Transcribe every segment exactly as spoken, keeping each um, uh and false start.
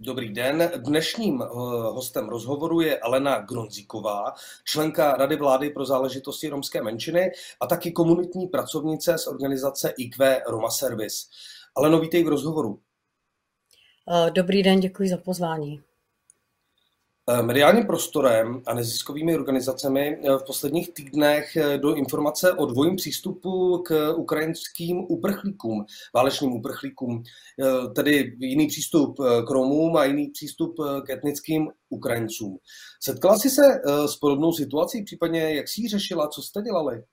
Dobrý den. Dnešním hostem rozhovoru je Alena Gronzíková, členka Rady vlády pro záležitosti romské menšiny a taky komunitní pracovnice z organizace I Q Roma Service. Aleno, vítej v rozhovoru. Dobrý den, děkuji za pozvání. Mediálním prostorem a neziskovými organizacemi v posledních týdnech do informace o dvojím přístupu k ukrajinským uprchlíkům, válečným uprchlíkům, tedy jiný přístup k Romům a jiný přístup k etnickým Ukrajincům. Setkala jsi se s podobnou situací, případně jak jsi ji řešila, co jste dělali?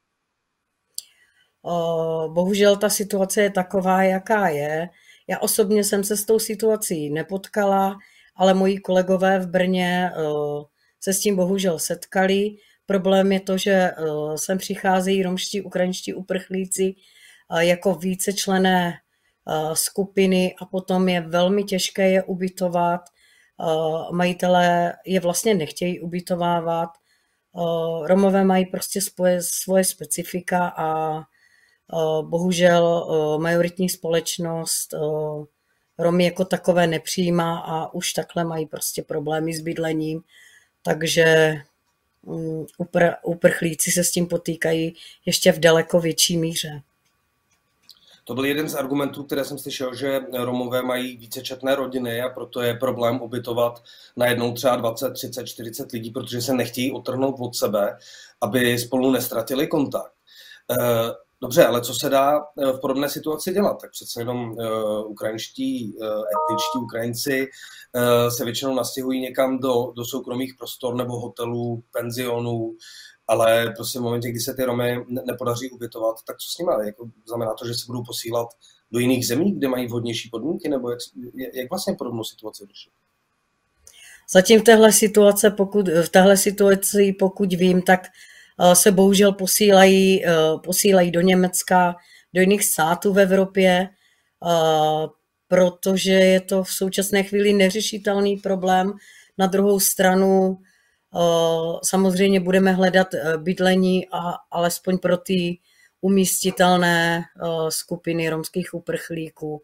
Bohužel ta situace je taková, jaká je. Já osobně jsem se s tou situací nepotkala, ale moji kolegové v Brně se s tím bohužel setkali. Problém je to, že sem přicházejí romští ukrajinští uprchlíci jako vícečlenné skupiny a potom je velmi těžké je ubytovat. Majitelé je vlastně nechtějí ubytovávat. Romové mají prostě svoje, svoje specifika a bohužel majoritní společnost Romy jako takové nepřijímá a už takhle mají prostě problémy s bydlením, takže upr- uprchlíci se s tím potýkají ještě v daleko větší míře. To byl jeden z argumentů, které jsem slyšel, že Romové mají vícečetné rodiny a proto je problém ubytovat najednou třeba dvacet, třicet, čtyřicet lidí, protože se nechtějí odtrhnout od sebe, aby spolu nestratili kontakt. Dobře, ale co se dá v podobné situaci dělat? Tak přece jenom uh, ukrajinští, uh, etničtí Ukrajinci uh, se většinou nastěhují někam do, do soukromých prostor nebo hotelů, penzionů, ale prostě v momentě, kdy se ty Romy nepodaří ubytovat, tak co s nimi? Jako, znamená to, že se budou posílat do jiných zemí, kde mají vhodnější podmínky, nebo jak, jak vlastně podobnou situaci řešit? Zatím v téhle situaci, pokud, v téhle situaci, pokud vím, tak se bohužel posílají, posílají do Německa, do jiných států v Evropě, protože je to v současné chvíli neřešitelný problém. Na druhou stranu samozřejmě budeme hledat bydlení, a alespoň pro ty umístitelné skupiny romských uprchlíků.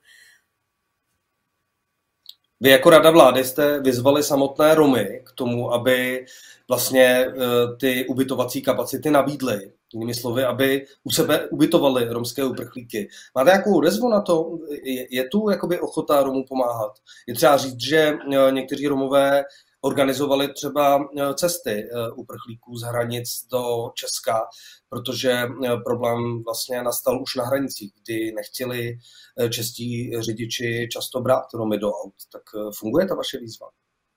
Vy jako Rada vlády jste vyzvali samotné Romy k tomu, aby vlastně ty ubytovací kapacity nabídly. Jinými slovy, aby u sebe ubytovali romské uprchlíky. Máte nějakou odezvu na to? Je, je tu jakoby ochota Romů pomáhat? Je třeba říct, že někteří Romové organizovali třeba cesty uprchlíků z hranic do Česka, protože problém vlastně nastal už na hranicích, kdy nechtěli čeští řidiči často brát Romy do aut. Tak funguje ta vaše výzva?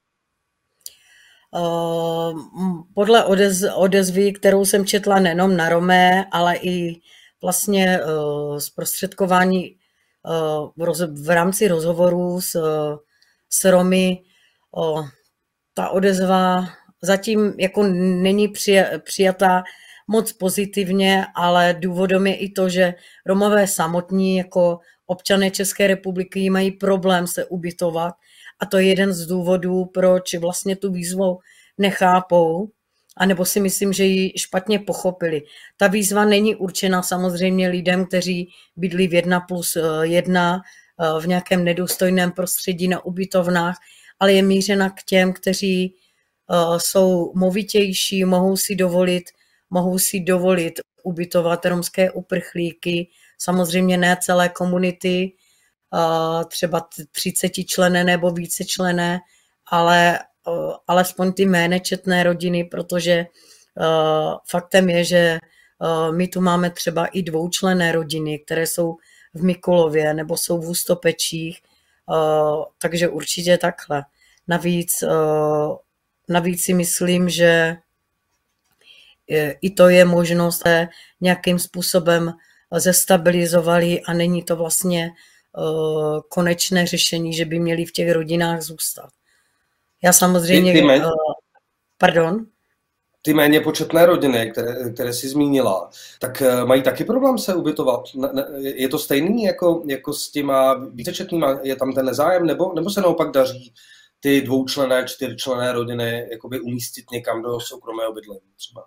Podle odez, odezvy, kterou jsem četla nejenom na Romé, ale i vlastně zprostředkování v rámci rozhovorů s, s Romy, ta odezva zatím jako není přijatá moc pozitivně, ale důvodem je i to, že Romové samotní jako občané České republiky mají problém se ubytovat a to je jeden z důvodů, proč vlastně tu výzvu nechápou, anebo si myslím, že ji špatně pochopili. Ta výzva není určena samozřejmě lidem, kteří bydlí v jedna plus jedna v nějakém nedůstojném prostředí na ubytovnách, ale je mířena k těm, kteří uh, jsou movitější, mohou si dovolit, mohou si dovolit ubytovat romské uprchlíky, samozřejmě ne celé komunity, uh, třeba třicetičlenné nebo vícečlenné, ale uh, alespoň ty ménečetné rodiny, protože uh, faktem je, že uh, my tu máme třeba i dvoučlenné rodiny, které jsou v Mikulově nebo jsou v Ústopečích, Uh, takže určitě takhle. Navíc, uh, navíc si myslím, že je, i to je možnost, že nějakým způsobem zestabilizovali a není to vlastně uh, konečné řešení, že by měli v těch rodinách zůstat. Já samozřejmě... Ty, ty méně, uh, pardon? Ty méně početné rodiny, které, které jsi zmínila, tak mají taky problém se ubytovat. Je to stejný jako, jako s těma vícečetnýma? Je tam ten nezájem? Nebo, nebo se naopak daří ty dvoučlenné, čtyřčlenné rodiny jakoby umístit někam do soukromého bydlení třeba?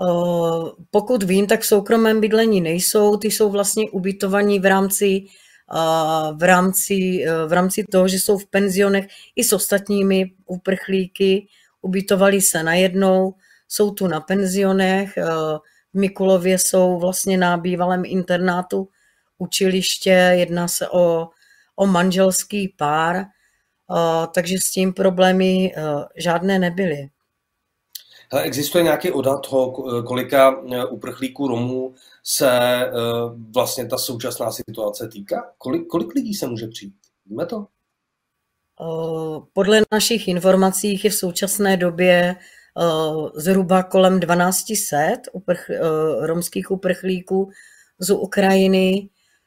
Pokud vím, tak v soukromém bydlení nejsou. Ty jsou vlastně ubytovaní v rámci v rámci, v rámci toho, že jsou v penzionech i s ostatními uprchlíky, ubytovali se najednou, jsou tu na penzionech, v Mikulově jsou vlastně na bývalém internátu učiliště, jedná se o, o manželský pár, takže s tím problémy žádné nebyly. Hele, existuje nějaký odhad toho, kolika uprchlíků Romů se vlastně ta současná situace týká? Kolik, kolik lidí se může přijít? Víme to? Podle našich informací je v současné době zhruba kolem dvanáct set uprch, romských uprchlíků z Ukrajiny.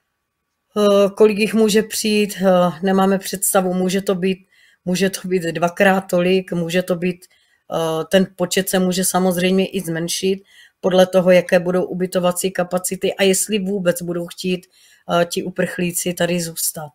Kolik jich může přijít, nemáme představu, může to být, může to být dvakrát tolik, může to být, ten počet se může samozřejmě i zmenšit podle toho, jaké budou ubytovací kapacity a jestli vůbec budou chtít ti uprchlíci tady zůstat.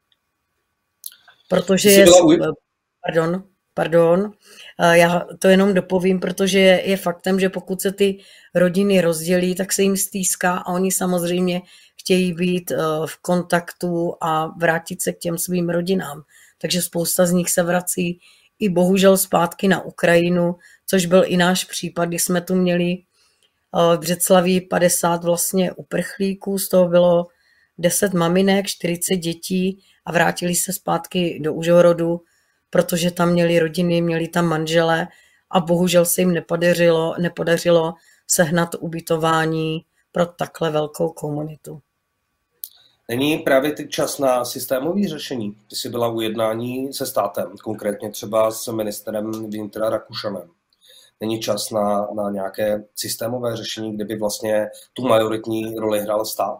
Protože je, pardon, pardon, já to jenom dopovím, protože je, je faktem, že pokud se ty rodiny rozdělí, tak se jim stýská a oni samozřejmě chtějí být v kontaktu a vrátit se k těm svým rodinám. Takže spousta z nich se vrací i bohužel zpátky na Ukrajinu, což byl i náš případ, kdy jsme tu měli v Břeclaví padesát vlastně uprchlíků, z toho bylo deset maminek, čtyřicet dětí a vrátili se zpátky do Užhorodu, protože tam měli rodiny, měli tam manžele a bohužel se jim nepodařilo, nepodařilo sehnat ubytování pro takhle velkou komunitu. Není právě teď čas na systémové řešení? Ty jsi byla u jednání se státem, konkrétně třeba s ministrem vnitra Rakušanem. Není čas na, na nějaké systémové řešení, kde by vlastně tu majoritní roli hrál stát?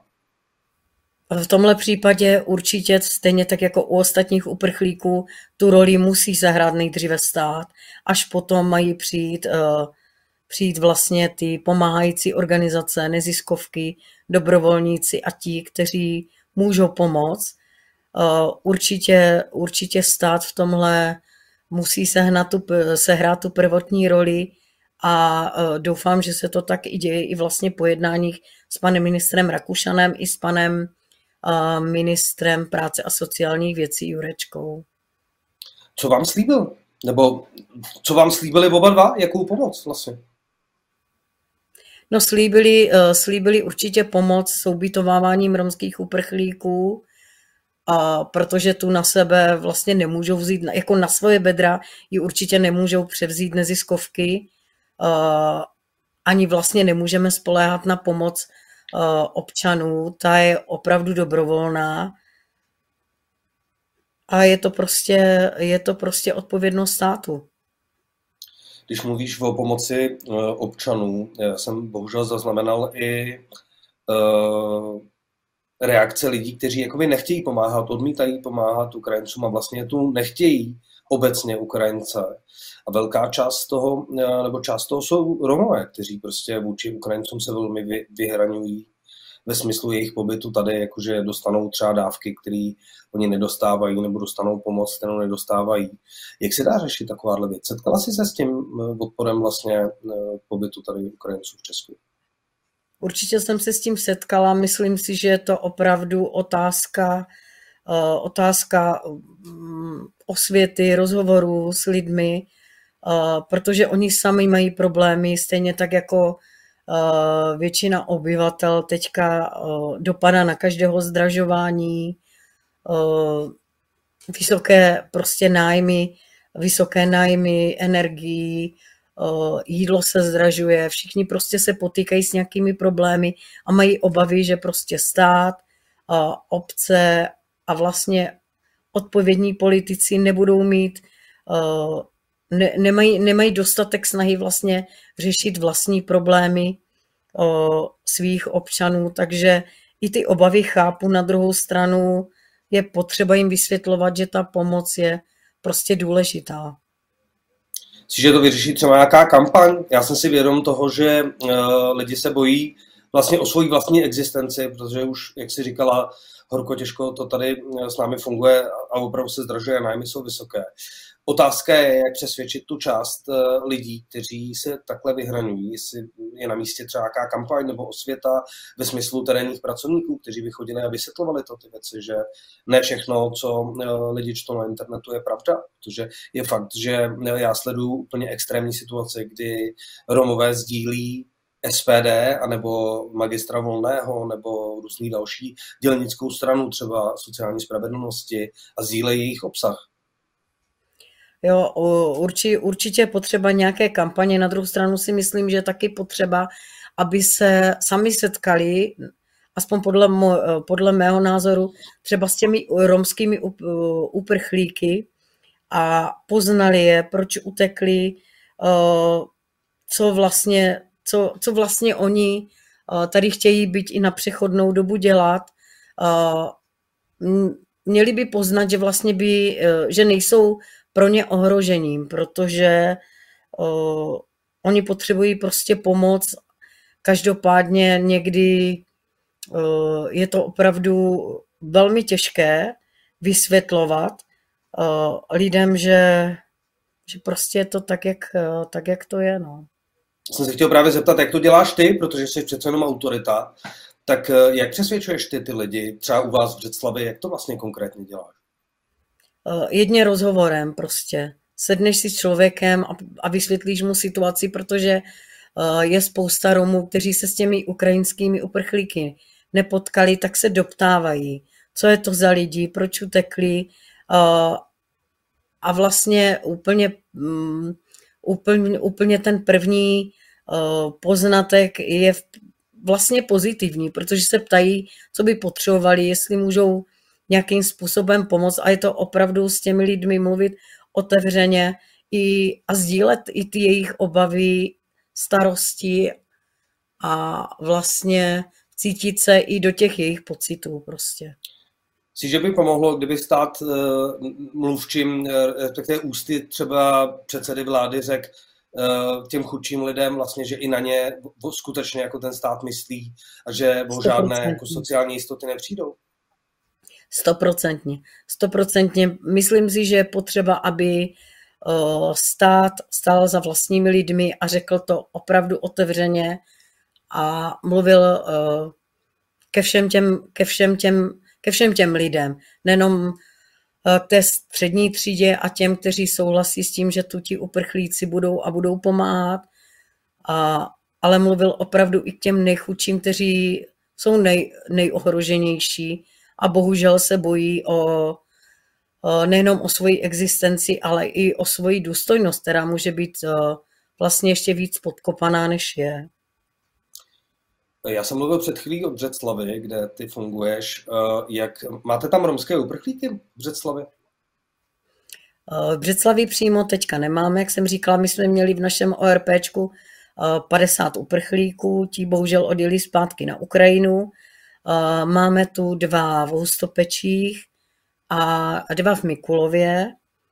V tomhle případě určitě stejně tak jako u ostatních uprchlíků tu roli musí zahrát nejdříve stát, až potom mají přijít, uh, přijít vlastně ty pomáhající organizace, neziskovky, dobrovolníci a ti, kteří můžou pomoct. Uh, určitě, určitě stát v tomhle musí sehnat tu, sehrát tu prvotní roli a uh, doufám, že se to tak i děje i vlastně po jednáních s panem ministrem Rakušanem i s panem ministrem práce a sociálních věcí Jurečkou. Co vám slíbil? Nebo co vám slíbili oba dva? Jakou pomoc vlastně? No slíbili, slíbili určitě pomoc s ubytováváním romských uprchlíků, a protože tu na sebe vlastně nemůžou vzít, jako na svoje bedra ji určitě nemůžou převzít neziskovky, ani vlastně nemůžeme spoléhat na pomoc občanů, ta je opravdu dobrovolná a je to prostě, je to prostě odpovědnost státu. Když mluvíš o pomoci občanů, já jsem bohužel zaznamenal i uh, reakce lidí, kteří jakoby nechtějí pomáhat, odmítají pomáhat Ukrajincům a vlastně tu nechtějí obecně Ukrajince. A velká část toho, nebo část toho jsou Romové, kteří prostě vůči Ukrajincům se velmi vy, vyhraňují ve smyslu jejich pobytu tady, jakože dostanou třeba dávky, které oni nedostávají, nebo dostanou pomoc, kterou nedostávají. Jak se dá řešit takováhle věc? Setkala jsi se s tím odporem vlastně pobytu tady Ukrajinců v Česku? Určitě jsem se s tím setkala. Myslím si, že je to opravdu otázka, otázka osvěty, rozhovorů s lidmi, protože oni sami mají problémy, stejně tak jako většina obyvatel teďka dopadá na každého zdražování, vysoké prostě nájmy, vysoké nájmy energií, jídlo se zdražuje, všichni prostě se potýkají s nějakými problémy a mají obavy, že prostě stát, obce a vlastně odpovědní politici nebudou mít, ne, nemají, nemají dostatek snahy vlastně řešit vlastní problémy svých občanů, takže i ty obavy chápu. Na druhou stranu je potřeba jim vysvětlovat, že ta pomoc je prostě důležitá. Myslíš, že to vyřeší třeba nějaká kampaň? Já jsem si vědom toho, že uh, lidi se bojí vlastně o svoji vlastní existenci, protože už, jak jsi říkala, horko těžko to tady s námi funguje a opravdu se zdražuje, nájmy jsou vysoké. Otázka je, jak přesvědčit tu část lidí, kteří se takhle vyhraňují, jestli je na místě třeba nějaká kampaň nebo osvěta ve smyslu terénních pracovníků, kteří by chodili a vysvětlovali to ty věci, že ne všechno, co lidi čtou na internetu, je pravda, protože je fakt, že já sleduju úplně extrémní situace, kdy Romové sdílí S P D, anebo magistra Volného, nebo různý další dělnickou stranu, třeba sociální spravedlnosti a sdílejí jejich obsah. Jo, určitě, určitě je potřeba nějaké kampaně. Na druhou stranu si myslím, že je taky potřeba, aby se sami setkali, aspoň podle, podle mého názoru, třeba s těmi romskými uprchlíky a poznali je, proč utekli, co vlastně, co, co vlastně oni tady chtějí být i na přechodnou dobu dělat. Měli by poznat, že vlastně by, že nejsou pro ně ohrožením, protože uh, oni potřebují prostě pomoc. Každopádně někdy uh, je to opravdu velmi těžké vysvětlovat uh, lidem, že, že prostě je to tak, jak, uh, tak, jak to je. No. Jsem se chtěl právě zeptat, jak to děláš ty, protože jsi přece jenom autorita, tak uh, jak přesvědčuješ ty ty lidi, třeba u vás v Břeclavi, jak to vlastně konkrétně děláš? Jedně rozhovorem prostě. Sedneš si s člověkem a, a vysvětlíš mu situaci, protože uh, je spousta Romů, kteří se s těmi ukrajinskými uprchlíky nepotkali, tak se doptávají, co je to za lidi, proč utekli. Uh, a vlastně úplně, um, úplně, úplně ten první uh, poznatek je vlastně pozitivní, protože se ptají, co by potřebovali, jestli můžou nějakým způsobem pomoct a je to opravdu s těmi lidmi mluvit otevřeně i, a sdílet i ty jejich obavy, starosti a vlastně cítit se i do těch jejich pocitů prostě. Myslíš, že by pomohlo, kdyby stát uh, mluvčím, respektive uh, ústy třeba předsedy vlády řekl uh, těm chudším lidem vlastně, že i na ně skutečně jako ten stát myslí a že o žádné jako sociální jistoty nepřijdou? Stoprocentně. Stoprocentně. Myslím si, že je potřeba, aby stát stál za vlastními lidmi a řekl to opravdu otevřeně a mluvil ke všem těm, ke všem těm, ke všem těm lidem. Nejenom k té střední třídě a těm, kteří souhlasí s tím, že tu ti uprchlíci budou a budou pomáhat, a, ale mluvil opravdu i k těm nejchudším, kteří jsou nej, nejohroženější a bohužel se bojí o, o, nejenom o svoji existenci, ale i o svoji důstojnost, která může být o, vlastně ještě víc podkopaná, než je. Já jsem mluvil před chvílí o Břeclavi, kde ty funguješ. Jak, máte tam romské uprchlíky v Břeclavi? V Břeclavi přímo teďka nemáme, jak jsem říkala, my jsme měli v našem ORPčku padesát uprchlíků, ti bohužel odjeli zpátky na Ukrajinu. Máme tu dva v Hustopečích a dva v Mikulově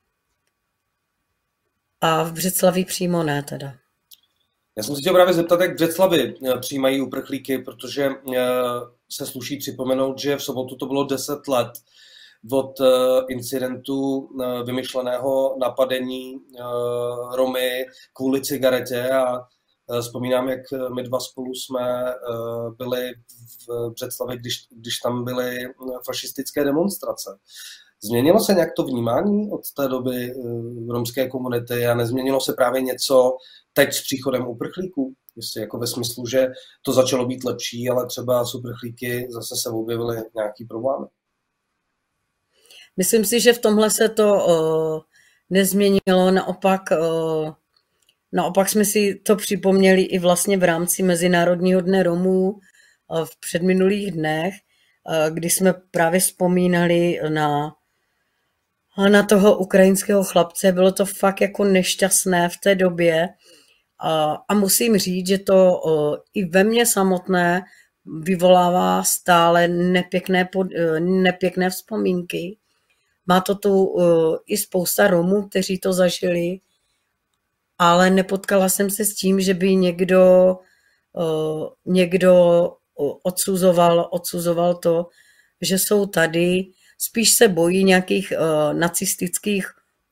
a v Břeclavi přímo ne teda. Já jsem se chtěl právě zeptat, jak v Břeclavi přijímají uprchlíky, protože se sluší připomenout, že v sobotu to bylo deset let od incidentu vymyšleného napadení Romy kvůli cigaretě a vzpomínám, jak my dva spolu jsme byli v Břeclavi, když, když tam byly fašistické demonstrace. Změnilo se nějak to vnímání od té doby romské komunity a nezměnilo se právě něco teď s příchodem uprchlíků? Jestli jako ve smyslu, že to začalo být lepší, ale třeba s uprchlíky zase se objevily nějaký problémy? Myslím si, že v tomhle se to uh, nezměnilo, naopak, uh, naopak jsme si to připomněli i vlastně v rámci Mezinárodního dne Romů uh, v předminulých dnech, uh, kdy jsme právě vzpomínali na na toho ukrajinského chlapce. Bylo to fakt jako nešťastné v té době a, a musím říct, že to o, i ve mně samotné vyvolává stále nepěkné, pod, nepěkné vzpomínky. Má to tu o, i spousta Romů, kteří to zažili, ale nepotkala jsem se s tím, že by někdo, o, někdo odsuzoval, odsuzoval to, že jsou tady. Spíš se bojí nějakých uh, nacistických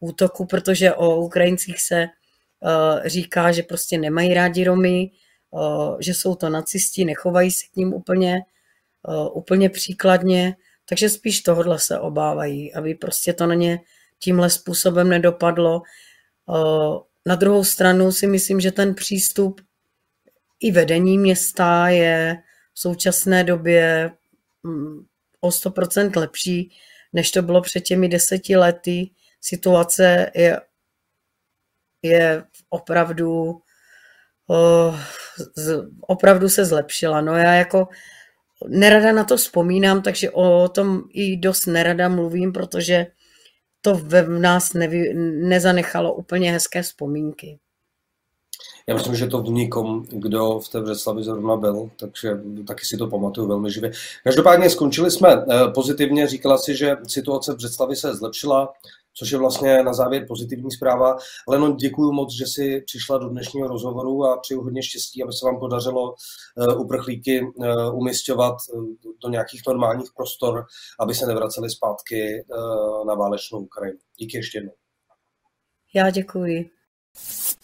útoku, protože o Ukrajincích se uh, říká, že prostě nemají rádi Romy, uh, že jsou to nacisti, nechovají se k ním úplně, uh, úplně příkladně, takže spíš tohodle se obávají, aby prostě to na ně tímhle způsobem nedopadlo. Uh, na druhou stranu si myslím, že ten přístup i vedení města je v současné době mm, o sto procent lepší, než to bylo před těmi deseti lety. Situace je, je opravdu, uh, z, opravdu se zlepšila. No já jako nerada na to vzpomínám, takže o tom i dost nerada mluvím, protože to ve nás nevy, nezanechalo úplně hezké vzpomínky. Já myslím, že to v nikom, kdo v té Břeclavi zrovna byl, takže taky si to pamatuju velmi živě. Každopádně skončili jsme pozitivně, říkala si, že situace v Břeclavi se zlepšila, což je vlastně na závěr pozitivní zpráva. Leno, děkuji moc, že jsi přišla do dnešního rozhovoru a přeju hodně štěstí, aby se vám podařilo uprchlíky umisťovat do nějakých normálních prostor, aby se nevraceli zpátky na válečnou Ukrajinu. Díky ještě jednou. Já děkuji.